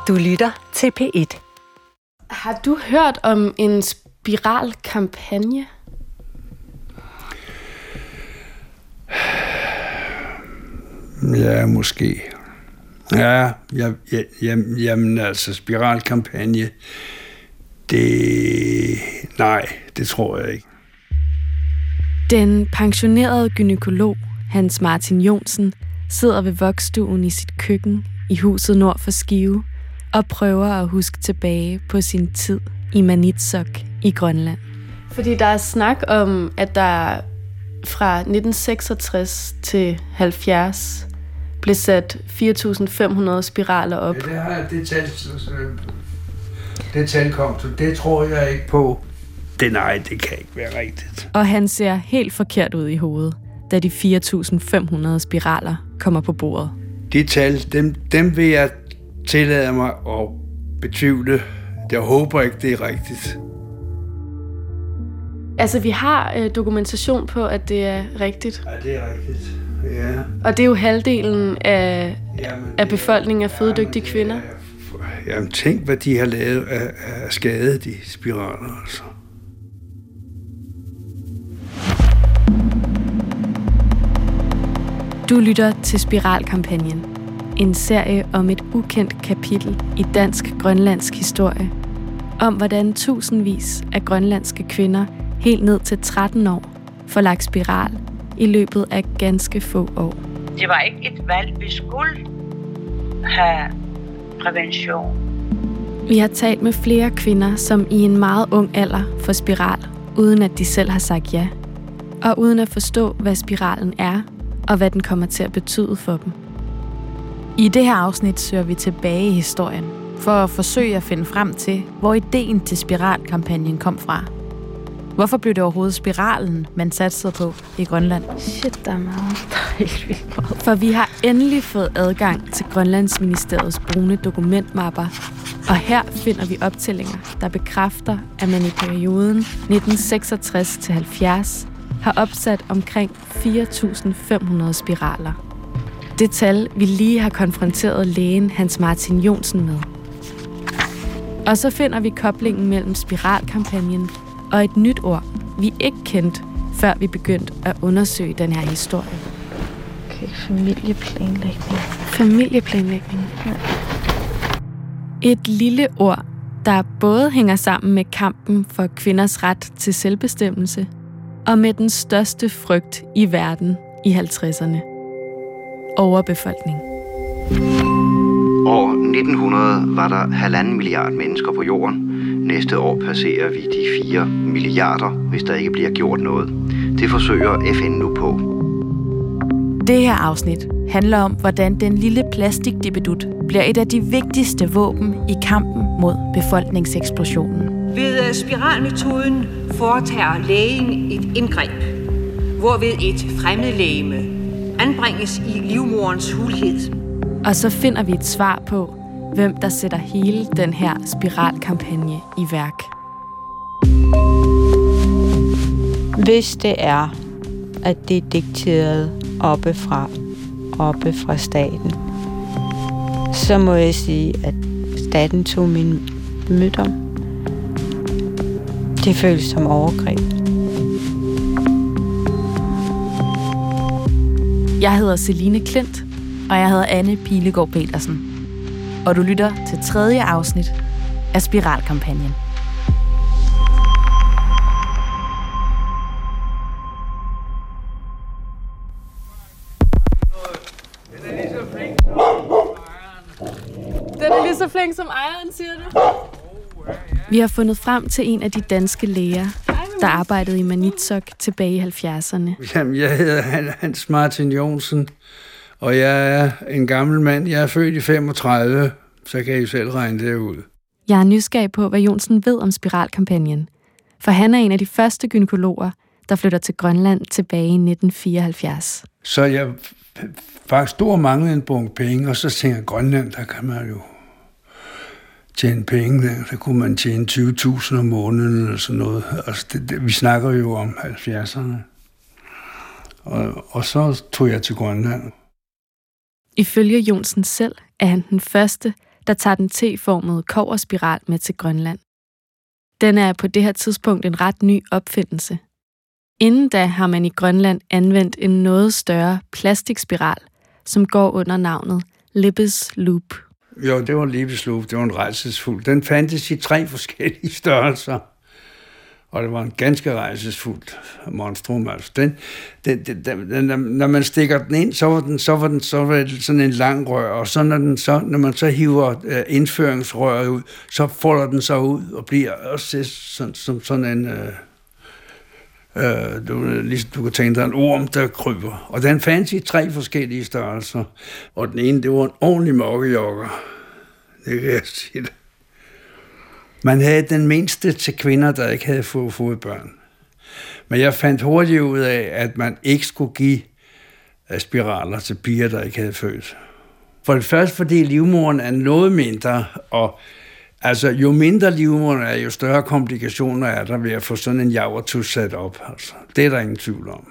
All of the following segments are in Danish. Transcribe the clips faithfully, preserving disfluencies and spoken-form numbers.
Du lytter til P et. Har du hørt om en spiralkampagne? Ja, måske. Ja, ja, ja, jamen altså, spiralkampagne, det... Nej, det tror jeg ikke. Den pensionerede gynækolog Hans Martin Jonsen sidder ved vokstuen i sit køkken i huset nord for Skive og prøver at huske tilbage på sin tid i Maniitsoq i Grønland. Fordi der er snak om, at der fra nitten seksogtres til halvfjerds blev sat fire tusind fem hundrede spiraler op. Ja, det har det tal, det tal kom til. Det tror jeg ikke på. Det nej, det kan ikke være rigtigt. Og han ser helt forkert ud i hovedet, da de fire tusind fem hundrede spiraler kommer på bordet. De tal, dem, dem vil jeg tillade mig at betvivle. Jeg håber ikke, det er rigtigt. Altså, vi har øh, dokumentation på, at det er rigtigt. Ja, det er rigtigt. Ja. Og det er jo halvdelen af, jamen, af befolkningen af fødedygtige jamen, kvinder. Er, jamen, tænk, hvad de har lavet af, af skade, de spiraler, altså. Du lytter til Spiralkampagnen. En serie om et ukendt kapitel i dansk-grønlandsk historie. Om hvordan tusindvis af grønlandske kvinder helt ned til tretten år får lagt spiral i løbet af ganske få år. Det var ikke et valg, vi skulle have prævention. Vi har talt med flere kvinder, som i en meget ung alder får spiral, uden at de selv har sagt ja. Og uden at forstå, hvad spiralen er, og hvad den kommer til at betyde for dem. I det her afsnit søger vi tilbage i historien, for at forsøge at finde frem til, hvor ideen til spiralkampagnen kom fra. Hvorfor blev det overhovedet spiralen, man satsede på i Grønland? Shit, der er meget. For vi har endelig fået adgang til Grønlandsministeriets brune dokumentmapper, og her finder vi optællinger, der bekræfter, at man i perioden nitten seksogtres til halvfjerds har opsat omkring fire tusind fem hundrede spiraler. Det tal, vi lige har konfronteret lægen Hans Martin Jonsen med. Og så finder vi koblingen mellem spiralkampagnen og et nyt ord, vi ikke kendte, før vi begyndte at undersøge den her historie. Okay, familieplanlægning. Familieplanlægning. Ja. Et lille ord, der både hænger sammen med kampen for kvinders ret til selvbestemmelse, og med den største frygt i verden i halvtredserne. Overbefolkning. År nitten hundrede var der halvanden milliard mennesker på jorden. Næste år passerer vi de fire milliarder, hvis der ikke bliver gjort noget. Det forsøger F N nu på. Det her afsnit handler om, hvordan den lille plastikdibedut bliver et af de vigtigste våben i kampen mod befolkningseksplosionen. Ved spiralmetoden foretager lægen et indgreb, hvorved et fremmedlegeme anbringes i livmoderens hulhed. Og så finder vi et svar på, hvem der sætter hele den her spiralkampagne i værk. Hvis det er, at det er dikteret oppefra, oppe fra staten, så må jeg sige, at staten tog min mødom. Det føles som overgreb. Jeg hedder Celine Klint, og jeg hedder Anne Pilegaard Petersen. Og du lytter til tredje afsnit af Spiralkampagnen. Den er lige så flink som ejeren, siger du? Vi har fundet frem til en af de danske læger, der arbejdede i Maniitsoq tilbage i halvfjerdserne. Jamen, jeg hedder Hans Martin Jonsen, og jeg er en gammel mand. Jeg er født i femogtredive, så kan I selv regne det ud. Jeg er nysgerrig på, hvad Jonsen ved om spiralkampagnen. For han er en af de første gynækologer, der flytter til Grønland tilbage i nitten fireoghalvfjerds. Så jeg faktisk stor manglede en bunke penge, og så tænker jeg, Grønland, der kan man jo tjene penge. Der, der kunne man tjene tyve tusind om måneden eller sådan noget. Altså, det, det, vi snakker jo om halvfjerdserne. Og, og så tog jeg til Grønland. Ifølge Jonsen selv er han den første, der tager den T-formede kobberspiral med til Grønland. Den er på det her tidspunkt en ret ny opfindelse. Inden da har man i Grønland anvendt en noget større plastikspiral, som går under navnet Libbes Loop. Jo, det var Libbes Loop. Det var en rejsesfuld. Den fandtes i tre forskellige størrelser. Og det var en ganske rejsesfuldt monstrum. Altså. Den, den, den, den, når man stikker den ind, så var den, så var den, så var det sådan en lang rør, og så når, den så, når man så hiver indføringsrøret ud, så folder den så ud og bliver også sådan, som sådan en... Øh, øh, du, ligesom du kan tænke dig en orm, der kryber. Og den fandt i tre forskellige størrelser. Og den ene, det var en ordentlig mokkejogger. Det kan jeg sige det. Man havde den mindste til kvinder, der ikke havde fået, fået børn. Men jeg fandt hurtigt ud af, at man ikke skulle give spiraler til piger, der ikke havde født. For det første, fordi livmoderen er noget mindre, og altså, jo mindre livmoderen er, jo større komplikationer er der ved at få sådan en javertus sat op. Altså, det er der ingen tvivl om.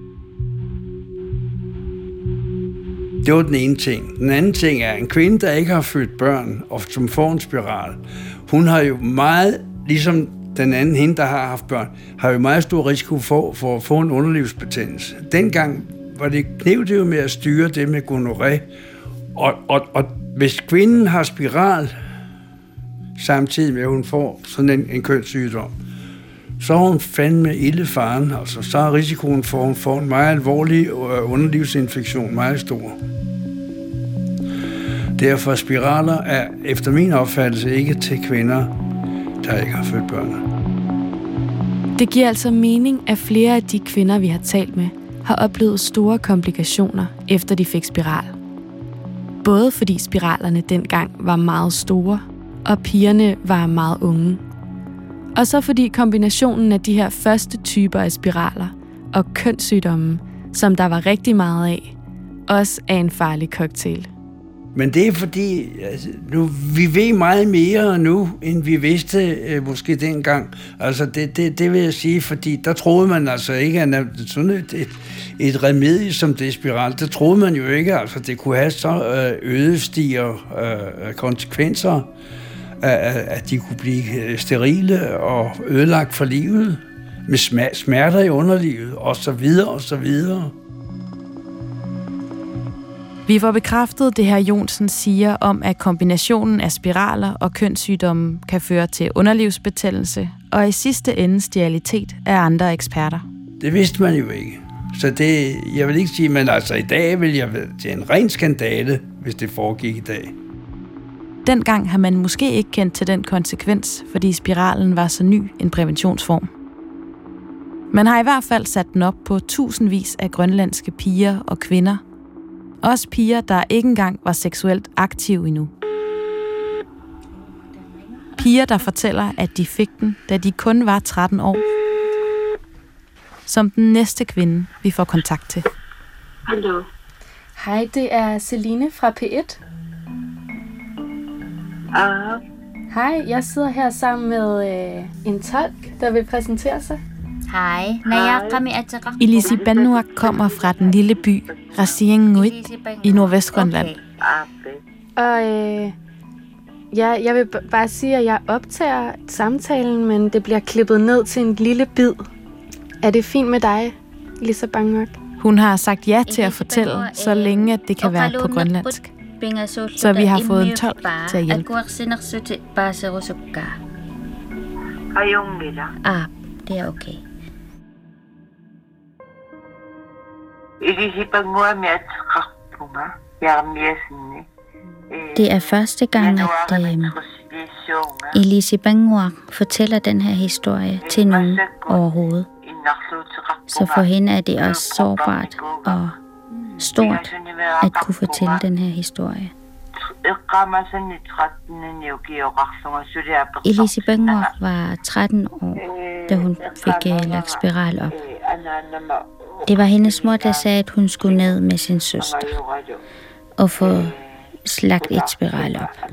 Det var den ene ting. Den anden ting er, en kvinde, der ikke har født børn, og som får en spiral, hun har jo meget, ligesom den anden hende, der har haft børn, har jo meget stor risiko for, for at få en underlivsbetændelse. Dengang var det knevt jo med at styre det med gonorré. Og, og, og hvis kvinden har spiral, samtidig med at hun får sådan en, en kønssygdom, så har hun fandme ilde faren. Altså, så er risikoen for, at hun får en meget alvorlig underlivsinfektion meget stor. Derfor spiraler er efter min opfattelse ikke til kvinder, der ikke har født børn. Det giver altså mening, at flere af de kvinder, vi har talt med, har oplevet store komplikationer, efter de fik spiral. Både fordi spiralerne dengang var meget store, og pigerne var meget unge. Og så fordi kombinationen af de her første typer af spiraler og kønssygdomme, som der var rigtig meget af, også er en farlig cocktail. Men det er fordi, altså, nu, vi ved meget mere nu, end vi vidste øh, måske dengang. Altså det, det, det vil jeg sige, fordi der troede man altså ikke, at sådan et, et, et remedie som det spiral, der troede man jo ikke, altså det kunne have så øh, ødestiger øh, konsekvenser, at de kunne blive sterile og ødelagt for livet, med smerter i underlivet, og så videre, og så videre. Vi får bekræftet det her Jonsen siger om, at kombinationen af spiraler og kønssygdomme kan føre til underlivsbetændelse, og i sidste ende sterilitet af andre eksperter. Det vidste man jo ikke. Så det, jeg vil ikke sige, men altså i dag vil jeg til en ren skandale, hvis det foregik i dag. Dengang har man måske ikke kendt til den konsekvens, fordi spiralen var så ny en præventionsform. Man har i hvert fald sat den op på tusindvis af grønlandske piger og kvinder. Også piger, der ikke engang var seksuelt aktive endnu. Piger, der fortæller, at de fik den, da de kun var tretten år. Som den næste kvinde, vi får kontakt til. Hallo. Hej, det er Celine fra P et. Uh. Hej, jeg sidder her sammen med øh, en tolk, der vil præsentere sig. Hej, Naya Kamiataka. Ilisi Banuak kommer fra den lille by Rasienguit i Nordvestgrønland. Okay. Og øh, ja, jeg vil b- bare sige, at jeg optager samtalen, men det bliver klippet ned til en lille bid. Er det fint med dig, Ilisi Banuak? Hun har sagt ja til at fortælle, så længe at det kan være på grønlandsk. Så vi har fået en tolk til at hjælpe. Ah, det er okay. Det er første gang, at øh, Ilisi Bangwak fortæller den her historie til nogen overhovedet. Så for hende er det også sårbart og stort at kunne fortælle den her historie. Ilisi Bangwak var tretten år, da hun fik uh, lagt spiral op. Det var hendes mor, der sagde, at hun skulle ned med sin søster og få slagt et spiral op.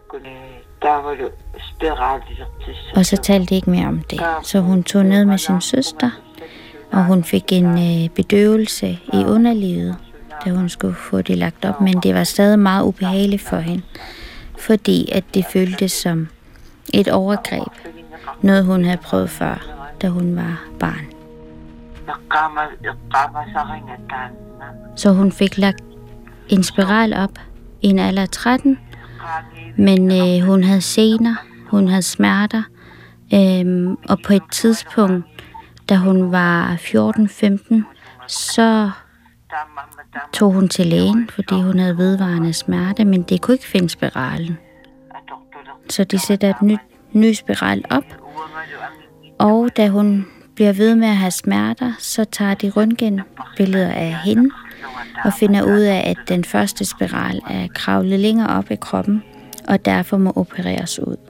Og så talte de ikke mere om det. Så hun tog ned med sin søster, og hun fik en øh, bedøvelse i underlivet, da hun skulle få det lagt op. Men det var stadig meget ubehageligt for hende, fordi at det føltes som et overgreb. Noget hun havde prøvet før, da hun var barn. Så hun fik lagt en spiral op i en alder af tretten, men øh, hun havde sener, hun havde smerter, øh, og på et tidspunkt, da hun var fjorten femten, så tog hun til lægen, fordi hun havde vedvarende smerte, men det kunne ikke finde spiralen. Så de sætter et nyt, ny spiral op, og da hun bliver ved med at have smerter, så tager de røntgenbilleder af hende og finder ud af, at den første spiral er kravlet længere op i kroppen, og derfor må opereres ud.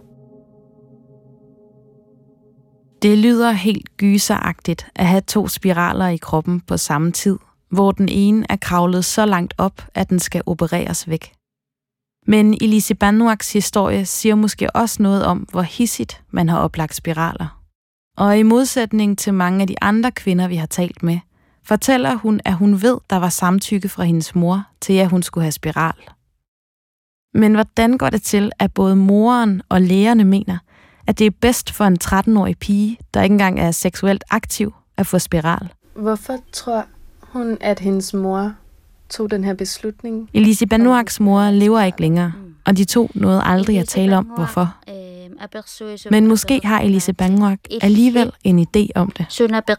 Det lyder helt gyseragtigt at have to spiraler i kroppen på samme tid, hvor den ene er kravlet så langt op, at den skal opereres væk. Men Elise Banoaks historie siger måske også noget om, hvor hissigt man har oplagt spiraler. Og i modsætning til mange af de andre kvinder, vi har talt med, fortæller hun, at hun ved, der var samtykke fra hendes mor til, at hun skulle have spiral. Men hvordan går det til, at både moren og lægerne mener, at det er bedst for en tretten-årig pige, der ikke engang er seksuelt aktiv, at få spiral? Hvorfor tror hun, at hendes mor tog den her beslutning? Elise Banoaks mor lever ikke længere, og de to nåede aldrig at tale om, hvorfor. Men måske har Elise Banoak alligevel en idé om det.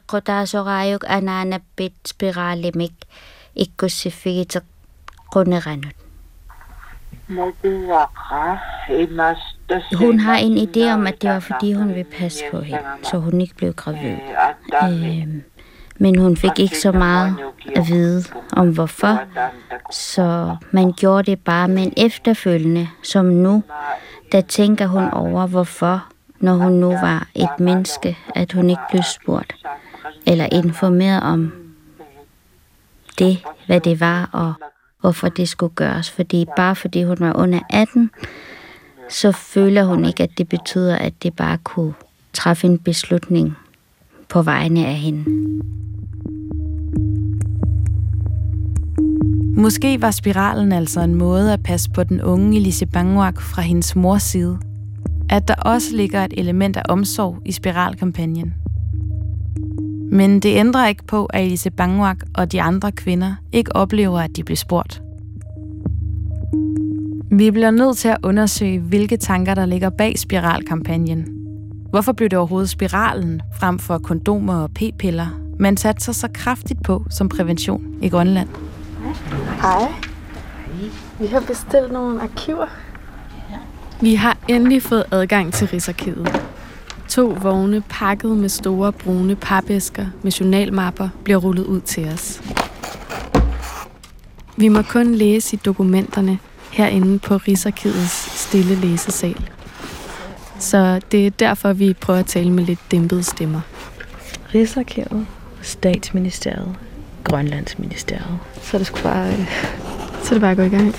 Hun har en idé om, at det var fordi hun ville passe på hende, så hun ikke blev gravid. Øhm, men hun fik ikke så meget at vide om hvorfor, så man gjorde det bare. Men efterfølgende, som nu, der tænker hun over hvorfor, når hun nu var et menneske, at hun ikke blev spurgt eller informeret om det, hvad det var og hvorfor det skulle gøres. Fordi bare fordi hun var under atten, så føler hun ikke, at det betyder, at det bare kunne træffe en beslutning på vegne af hende. Måske var spiralen altså en måde at passe på den unge Elise Banoak fra hendes mors side. At der også ligger et element af omsorg i spiralkampagnen. Men det ændrer ikke på, at Elise Banoak og de andre kvinder ikke oplever, at de bliver spurgt. Vi bliver nødt til at undersøge, hvilke tanker, der ligger bag spiralkampagnen. Hvorfor blev det overhovedet spiralen frem for kondomer og p-piller, man satte sig så kraftigt på som prævention i Grønland? Hej. Vi har bestilt nogle arkiver. Vi har endelig fået adgang til Rigsarkivet. To vogne pakket med store brune papæsker med journalmapper bliver rullet ud til os. Vi må kun læse i dokumenterne herinde på Rigsarkivets stille læsesal. Så det er derfor, vi prøver at tale med lidt dæmpede stemmer. Rigsarkivet, Statsministeriet, Grønlandsministeriet. Så det skulle bare, så det bare gå i gang.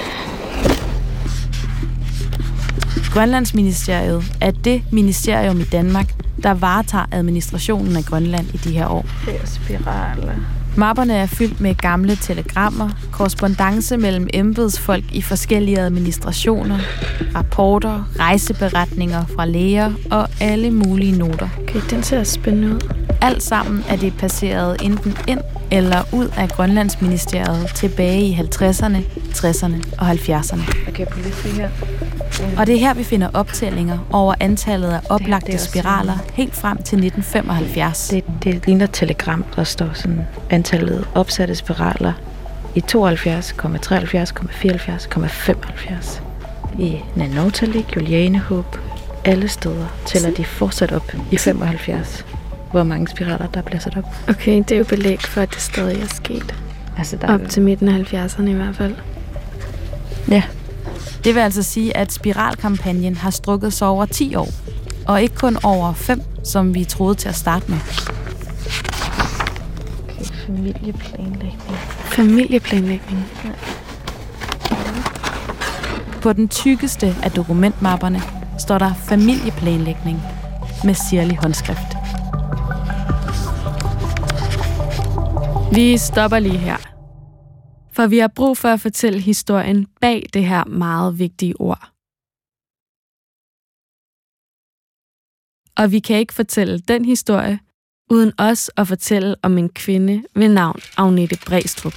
Grønlandsministeriet er det ministerium i Danmark, der varetager administrationen af Grønland i de her år. Det er spiraler. Mapperne er fyldt med gamle telegrammer, korrespondance mellem embedsfolk i forskellige administrationer, rapporter, rejseberetninger fra læger og alle mulige noter. Okay, den ser spændende ud. Alt sammen er det passeret enten ind eller ud af Grønlandsministeriet tilbage i halvtredserne, tresserne og halvfjerdserne. Okay, på lidt her. Og det er her, vi finder optællinger over antallet af oplagte det, det spiraler sådan, helt frem til nitten femoghalvfjerds. Det, det ligner telegram, der står sådan antallet opsatte spiraler i tooghalvfjerds, treoghalvfjerds, fireoghalvfjerds, femoghalvfjerds. I Nanortalik, Julianehåb, alle steder tæller de fortsat op i femoghalvfjerds. Hvor mange spiraler, der bliver sat op. Okay, det er jo belæg for, at det stadig er sket. Altså, der op er... til midten af halvfjerdserne i hvert fald. Ja. Det vil altså sige, at spiralkampagnen har strukket sig over ti år, og ikke kun over fem, som vi troede til at starte med. Okay, familieplanlægning. Familieplanlægning. Ja. På den tykkeste af dokumentmapperne står der familieplanlægning med sirlig håndskrift. Vi stopper lige her. For vi har brug for at fortælle historien bag det her meget vigtige ord, Og vi kan ikke fortælle den historie, uden også at fortælle om en kvinde ved navn Agnete Brædstrup.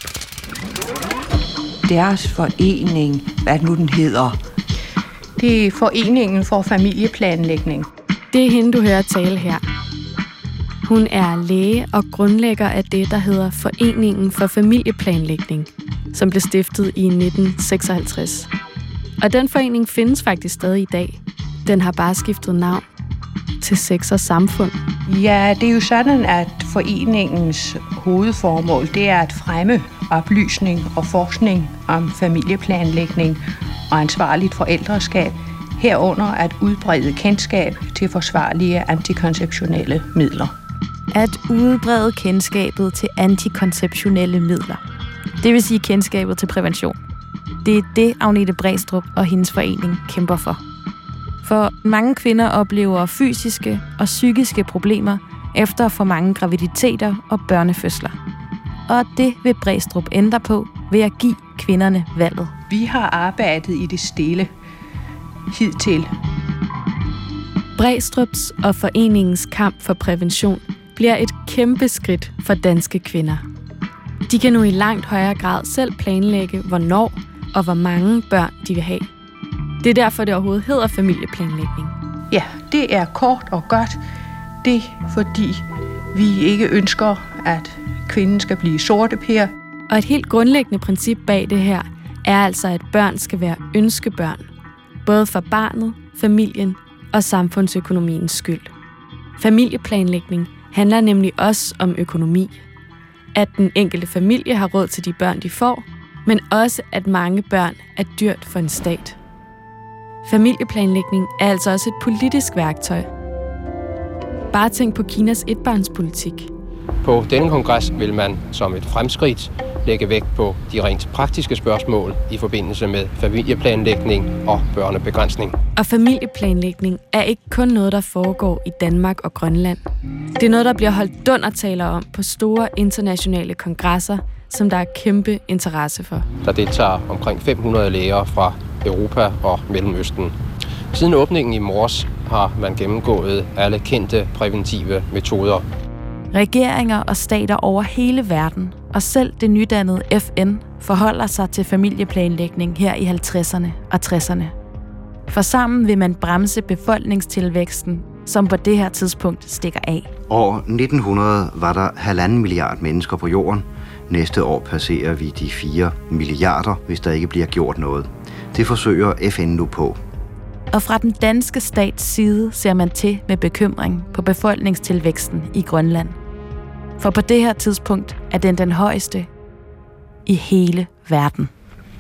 Deres forening, hvad nu den hedder, det er Foreningen for Familieplanlægning. Det er hende, du hører tale her. Hun er læge og grundlægger af det, der hedder Foreningen for Familieplanlægning, som blev stiftet i nitten seksoghalvtreds. Og den forening findes faktisk stadig i dag. Den har bare skiftet navn til Sex og Samfund. Ja, det er jo sådan, at foreningens hovedformål, det er at fremme oplysning og forskning om familieplanlægning og ansvarligt forældreskab, herunder at udbrede kendskab til forsvarlige antikonceptionelle midler. At udbrede kendskabet til antikonceptionelle midler. Det vil sige kendskabet til prævention. Det er det, Agnete Brædstrup og hendes forening kæmper for. For mange kvinder oplever fysiske og psykiske problemer efter for mange graviditeter og børnefødsler. Og det vil Brædstrup ændre på ved at give kvinderne valget. Vi har arbejdet i det stille hidtil. Brædstrups og foreningens kamp for prævention bliver et kæmpe skridt for danske kvinder. De kan nu i langt højere grad selv planlægge, hvornår og hvor mange børn de vil have. Det er derfor, det overhovedet hedder familieplanlægning. Ja, det er kort og godt. Det er fordi, vi ikke ønsker, at kvinden skal blive sorteper. Og et helt grundlæggende princip bag det her er altså, at børn skal være ønskebørn. Både for barnet, familien og samfundsøkonomiens skyld. Familieplanlægning handler nemlig også om økonomi. At den enkelte familie har råd til de børn, de får, men også at mange børn er dyrt for en stat. Familieplanlægning er altså også et politisk værktøj. Bare tænk på Kinas etbarnspolitik. På denne kongres vil man som et fremskridt lægge vægt på de rent praktiske spørgsmål i forbindelse med familieplanlægning og børnebegrænsning. Og familieplanlægning er ikke kun noget, der foregår i Danmark og Grønland. Det er noget, der bliver holdt dundertaler om på store internationale kongresser, som der er kæmpe interesse for. Der deltager omkring fem hundrede læger fra Europa og Mellemøsten. Siden åbningen i morges har man gennemgået alle kendte præventive metoder. Regeringer og stater over hele verden, og selv det nydannede F N, forholder sig til familieplanlægning her i halvtredserne og tresserne. For sammen vil man bremse befolkningstilvæksten, som på det her tidspunkt stikker af. År nitten hundrede var der halvanden milliard mennesker på jorden. Næste år passerer vi de fire milliarder, hvis der ikke bliver gjort noget. Det forsøger F N nu på. Og fra den danske stats side ser man til med bekymring på befolkningstilvæksten i Grønland. For på det her tidspunkt er den den højeste i hele verden.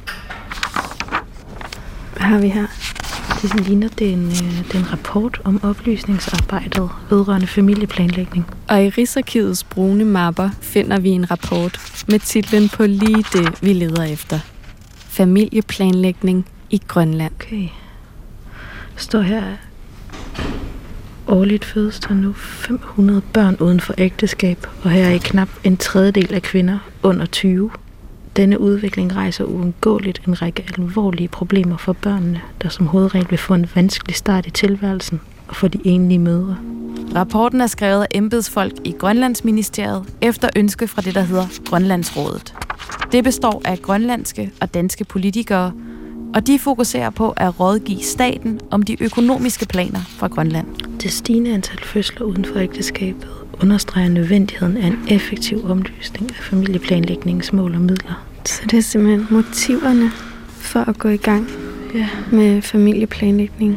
Hvad har vi her? Det sådan ligner, det er, en, det er en rapport om oplysningsarbejdet vedrørende familieplanlægning. Og i Rigsarkivets brune mapper finder vi en rapport med titlen på lige det, vi leder efter. Familieplanlægning i Grønland. Okay. Der står her, årligt fødes der nu fem hundrede børn uden for ægteskab, og her er i knap en tredjedel af kvinder under tyve. Denne udvikling rejser uundgåeligt en række alvorlige problemer for børnene, der som hovedregel vil få en vanskelig start i tilværelsen, og for de enlige mødre. Rapporten er skrevet af embedsfolk i Grønlandsministeriet efter ønske fra det, der hedder Grønlandsrådet. Det består af grønlandske og danske politikere, og de fokuserer på at rådgive staten om de økonomiske planer for Grønland. Det stigende antal fødsler uden for ægteskabet understreger nødvendigheden af en effektiv omlysning af familieplanlægningens mål og midler. Så det er simpelthen motiverne for at gå i gang ja. med familieplanlægning.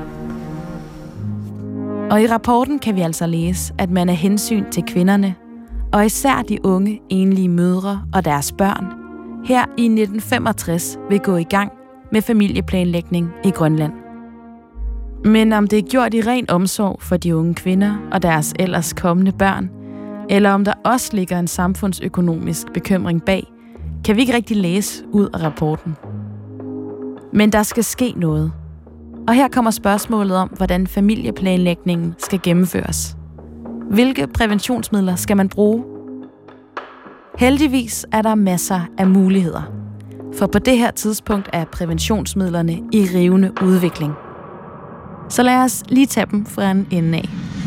Og i rapporten kan vi altså læse, at man af hensyn til kvinderne, og især de unge enlige mødre og deres børn, her i nitten femogtres vil gå i gang med familieplanlægning i Grønland. Men om det er gjort i ren omsorg for de unge kvinder og deres ellers kommende børn, eller om der også ligger en samfundsøkonomisk bekymring bag, kan vi ikke rigtig læse ud af rapporten. Men der skal ske noget. Og her kommer spørgsmålet om, hvordan familieplanlægningen skal gennemføres. Hvilke præventionsmidler skal man bruge? Heldigvis er der masser af muligheder. For på det her tidspunkt er præventionsmidlerne i rivende udvikling. Så lad os lige tage dem fra en ende af.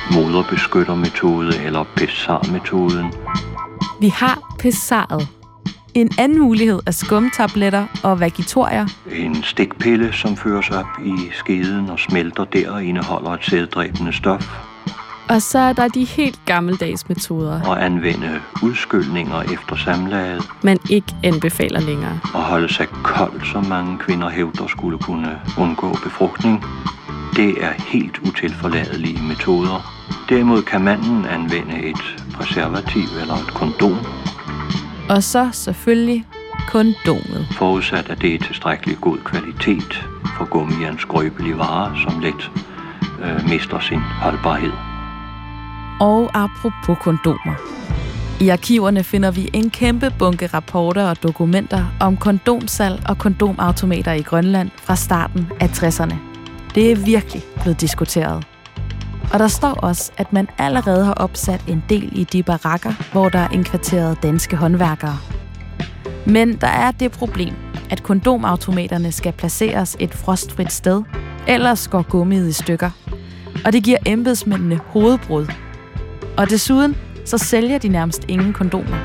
moderbeskyttermetode eller pessar-metoden. Vi har pessaret. En anden mulighed er skumtabletter og vagitorier. En stikpille, som føres op i skeden og smelter der og indeholder et sæddræbende stof. Og så er der de helt gammeldags metoder. Og anvende udskyldninger efter samlejet. Man ikke anbefaler længere. Og holde sig kold, som mange kvinder hævder skulle kunne undgå befrugtning. Det er helt utilforladelige metoder. Derimod kan manden anvende et præservativ eller et kondom. Og så selvfølgelig kondomet. Forudsat at det er tilstrækkelig god kvalitet, for gummi er en skrøbelig vare, som let øh, mister sin holdbarhed. Og apropos kondomer. I arkiverne finder vi en kæmpe bunke rapporter og dokumenter om kondomsalg og kondomautomater i Grønland fra starten af tresserne. Det er virkelig blevet diskuteret. Og der står også, at man allerede har opsat en del i de barakker, hvor der er indkvarteret danske håndværkere. Men der er det problem, at kondomautomaterne skal placeres et frostfrit sted, ellers går gummiet i stykker. Og det giver embedsmændene hovedbrud. Og desuden, så sælger de nærmest ingen kondomer.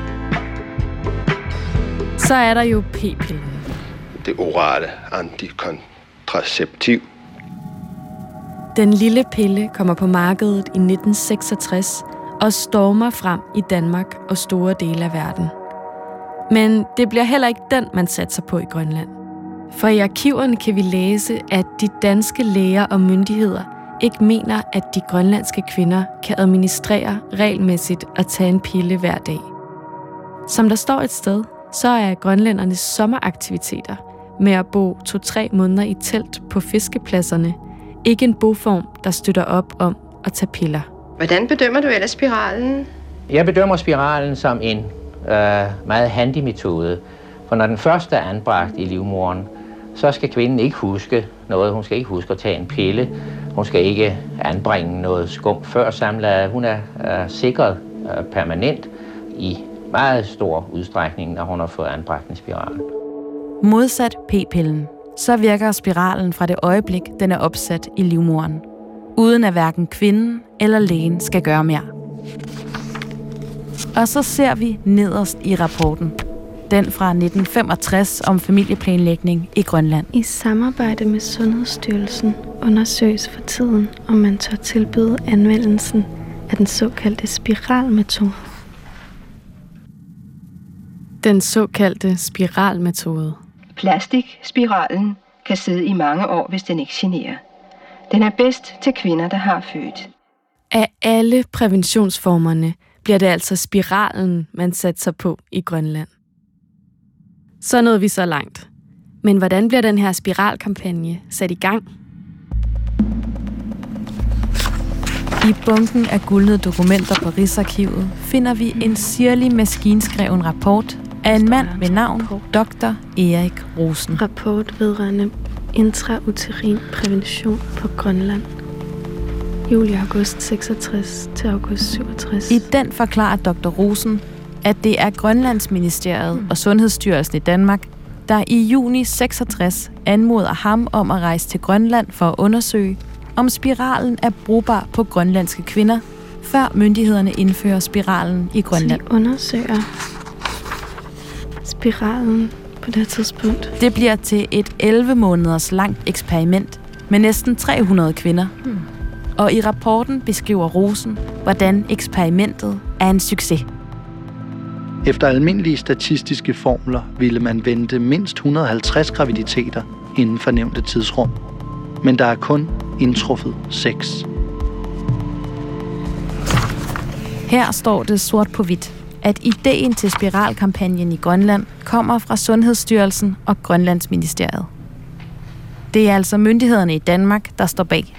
Så er der jo p-pillen. Det orale antikontraceptiv. Den lille pille kommer på markedet i nitten seksogtres og stormer frem i Danmark og store dele af verden. Men det bliver heller ikke den, man satser på i Grønland. For i arkiverne kan vi læse, at de danske læger og myndigheder ikke mener, at de grønlandske kvinder kan administrere regelmæssigt at tage en pille hver dag. Som der står et sted, så er grønlændernes sommeraktiviteter med at bo to-tre måneder i telt på fiskepladserne ikke en boform, der støtter op om at tage piller. Hvordan bedømmer du ellers spiralen? Jeg bedømmer spiralen som en øh, meget handy metode. For når den første er anbragt i livmoderen, så skal kvinden ikke huske noget. Hun skal ikke huske at tage en pille. Hun skal ikke anbringe noget skum før samlejet. Hun er øh, sikret øh, permanent i meget stor udstrækning, når hun har fået anbragt en spiral. Modsat p-pillen, så virker spiralen fra det øjeblik, den er opsat i livmoderen, uden at hverken kvinden eller lægen skal gøre mere. Og så ser vi nederst i rapporten, den fra nitten femogtres om familieplanlægning i Grønland. I samarbejde med Sundhedsstyrelsen undersøges for tiden, om man tør tilbyde anvendelsen af den såkaldte spiralmetode. Den såkaldte spiralmetode. Plastikspiralen kan sidde i mange år, hvis den ikke generer. Den er bedst til kvinder, der har født. Af alle præventionsformerne bliver det altså spiralen, man satser på i Grønland. Så nåede vi så langt. Men hvordan bliver den her spiralkampagne sat i gang? I bunken af guldne dokumenter på Rigsarkivet finder vi en sirlig maskinskreven rapport af en mand ved navn doktor Erik Rosen. Rapport vedrørende intrauterin prævention på Grønland. Juli-august seksogtres til august syvogtres. I den forklarer doktor Rosen, at det er Grønlandsministeriet og Sundhedsstyrelsen i Danmark, der i juni seksogtres anmoder ham om at rejse til Grønland for at undersøge, om spiralen er brugbar på grønlandske kvinder, før myndighederne indfører spiralen i Grønland. De undersøger spiralen på det tidspunkt. Det bliver til et elleve måneders langt eksperiment med næsten tre hundrede kvinder. Hmm. Og i rapporten beskriver Rosen, hvordan eksperimentet er en succes. Efter almindelige statistiske formler ville man vente mindst et hundrede og halvtreds graviditeter inden for nævnte tidsrum. Men der er kun indtruffet seks. Her står det sort på hvidt, at ideen til spiralkampagnen i Grønland kommer fra Sundhedsstyrelsen og Grønlandsministeriet. Det er altså myndighederne i Danmark, der står bag.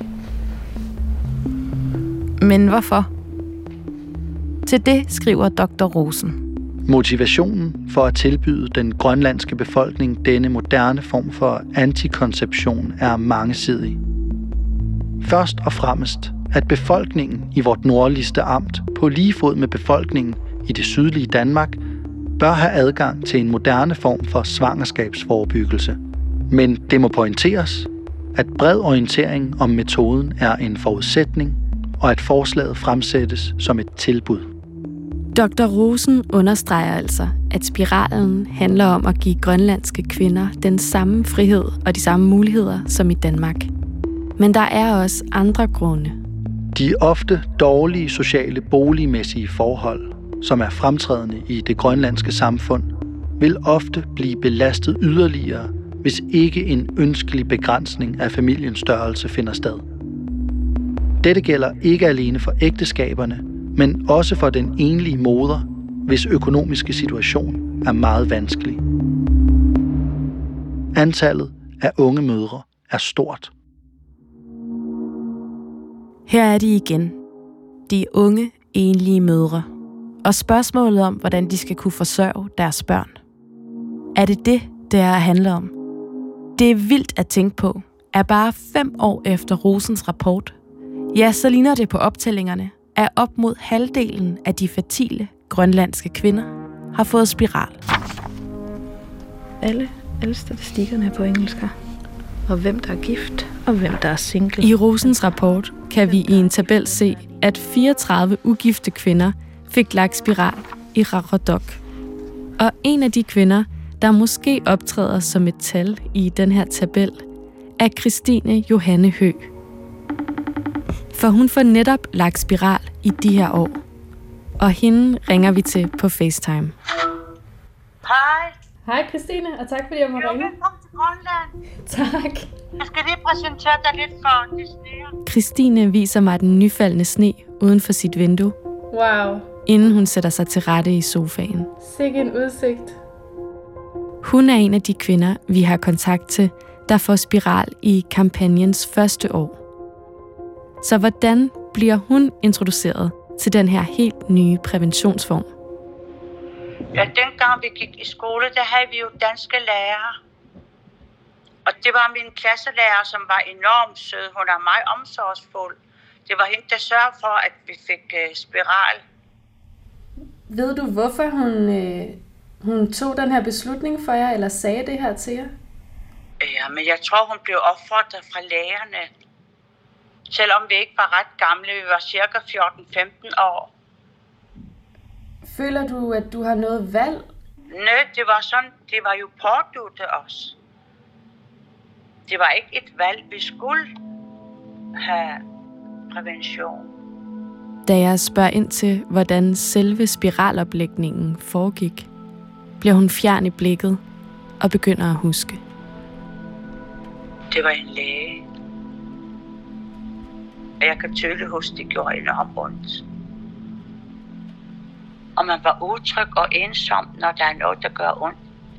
Men hvorfor? Til det skriver doktor Rosen. Motivationen for at tilbyde den grønlandske befolkning denne moderne form for antikonception er mangesidig. Først og fremmest, at befolkningen i vort nordligste amt på lige fod med befolkningen i det sydlige Danmark bør have adgang til en moderne form for svangerskabsforebyggelse. Men det må pointeres, at bred orientering om metoden er en forudsætning og at forslaget fremsættes som et tilbud. doktor Rosen understreger altså, at spiralen handler om at give grønlandske kvinder den samme frihed og de samme muligheder som i Danmark. Men der er også andre grunde. De ofte dårlige sociale boligmæssige forhold, som er fremtrædende i det grønlandske samfund, vil ofte blive belastet yderligere, hvis ikke en ønskelig begrænsning af familiens størrelse finder sted. Dette gælder ikke alene for ægteskaberne, men også for den enlige moder, hvis økonomiske situation er meget vanskelig. Antallet af unge mødre er stort. Her er de igen. De unge, enlige mødre. Og spørgsmålet om, hvordan de skal kunne forsørge deres børn. Er det det, det er at handle om? Det er vildt at tænke på, at bare fem år efter Rosens rapport, ja, så ligner det på optællingerne, at op mod halvdelen af de fertile grønlandske kvinder har fået spiral. Alle, alle statistikkerne er på engelsk her. Og hvem der er gift, og hvem der er single. I Rosens rapport kan vi i en tabel se, at fireogtredive ugifte kvinder fik lagt spiral i Qaqortoq. Og en af de kvinder, der måske optræder som et tal i den her tabel, er Christine Johanne Høgh. For hun får netop lagt spiral i de her år. Og hende ringer vi til på FaceTime. Hej. Hej Christine, og tak fordi jeg må ringe. Velkommen til Grønland. Tak. Jeg skal lige præsentere dig lidt for det sne. Christine viser mig den nyfaldne sne uden for sit vindue. Wow. Inden hun sætter sig til rette i sofaen. Sikke en udsigt. Hun er en af de kvinder, vi har kontakt til, der får spiral i kampagnens første år. Så hvordan bliver hun introduceret til den her helt nye præventionsform? Ja, dengang vi gik i skole, der havde vi jo danske lærere. Og det var min klasselærer, som var enormt sød. Hun er meget omsorgsfuld. Det var hende, der sørgede for, at vi fik uh, spiral. Ved du, hvorfor hun, øh, hun tog den her beslutning for jer, eller sagde det her til jer? Ja, men jeg tror, hun blev opfordret fra lærerne. Selvom vi ikke var ret gamle, vi var cirka fjorten femten år. Føler du, at du har noget valg? Nø, det var sådan, det var jo påduttet os. Det var ikke et valg, vi skulle have prævention. Da jeg spørger ind til, hvordan selve spiraloplægningen foregik, bliver hun fjern i blikket og begynder at huske. Det var en læge. Og jeg kan tydeligt huske, det gjorde enormt ondt. Og man var utryg og ensom, når der er noget, der gør ondt.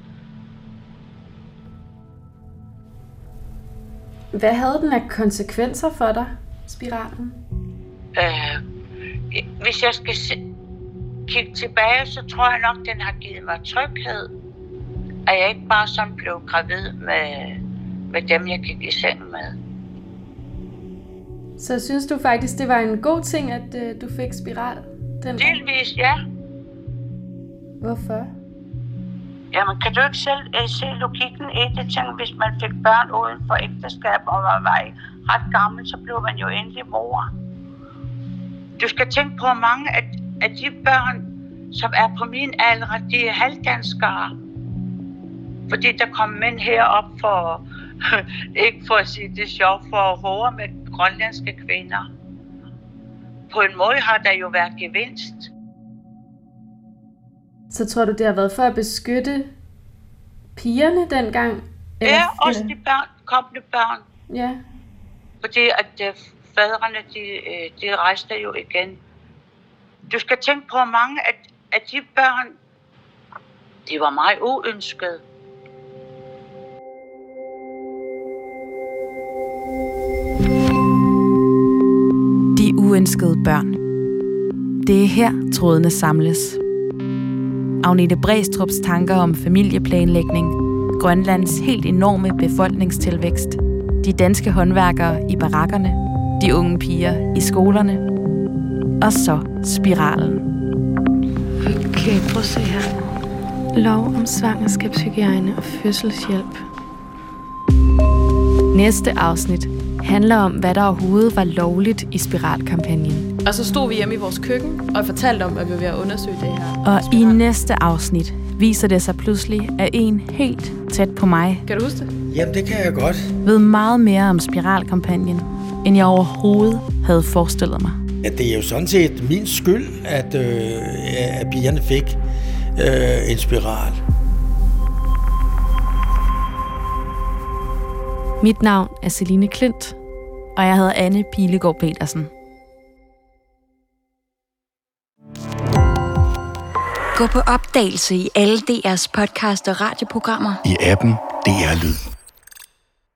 Hvad havde den af konsekvenser for dig, spiralen? Øh, hvis jeg skal se, kigge tilbage, så tror jeg nok, den har givet mig tryghed. At jeg ikke bare sådan blev gravid med, med dem, jeg gik i seng med. Så synes du faktisk, det var en god ting, at øh, du fik spiral? Den Delvis, ja. Hvorfor? Jamen, kan du ikke selv uh, se logikken i det? Tænk, hvis man fik børn uden for ægteskab, og man var ret gammel, så blev man jo endelig mor. Du skal tænke på, mange af, af de børn, som er på min alder, de er halvdanskere. Fordi der kom mænd herop for, ikke for at sige det sjovt, for at håre med grønlandske kvinder. På en måde har der jo været gevinst. Så tror du, det har været for at beskytte pigerne dengang? Eller ja, også de børn, kommende børn. Ja. Fordi at uh, fædrene, de, uh, de rejste jo igen. Du skal tænke på, mange af, af de børn, de var meget uønskede. De uønskede børn. Det er her, trådene samles. Agnete Bræstrups tanker om familieplanlægning, Grønlands helt enorme befolkningstilvækst, de danske håndværkere i barakkerne, de unge piger i skolerne, og så spiralen. Okay, prøv at se her. Lov om svangerskabshygiejne og fødselshjælp. Næste afsnit handler om, hvad der overhovedet var lovligt i spiralkampagnen. Og så stod vi hjemme i vores køkken og fortalte om, at vi var ved at undersøge det her. Og i næste afsnit viser det sig pludselig, at en helt tæt på mig Kan du huske det? Jamen, det kan jeg godt. ved meget mere om spiralkampagnen, end jeg overhovedet havde forestillet mig. Ja, det er jo sådan set min skyld, at, øh, at pigerne fik øh, en spiral. Mit navn er Celine Klint, Og jeg hedder Anne Pilegaard Petersen. Gå på opdagelse i alle D R's podcast og radioprogrammer. I appen D R Lyd.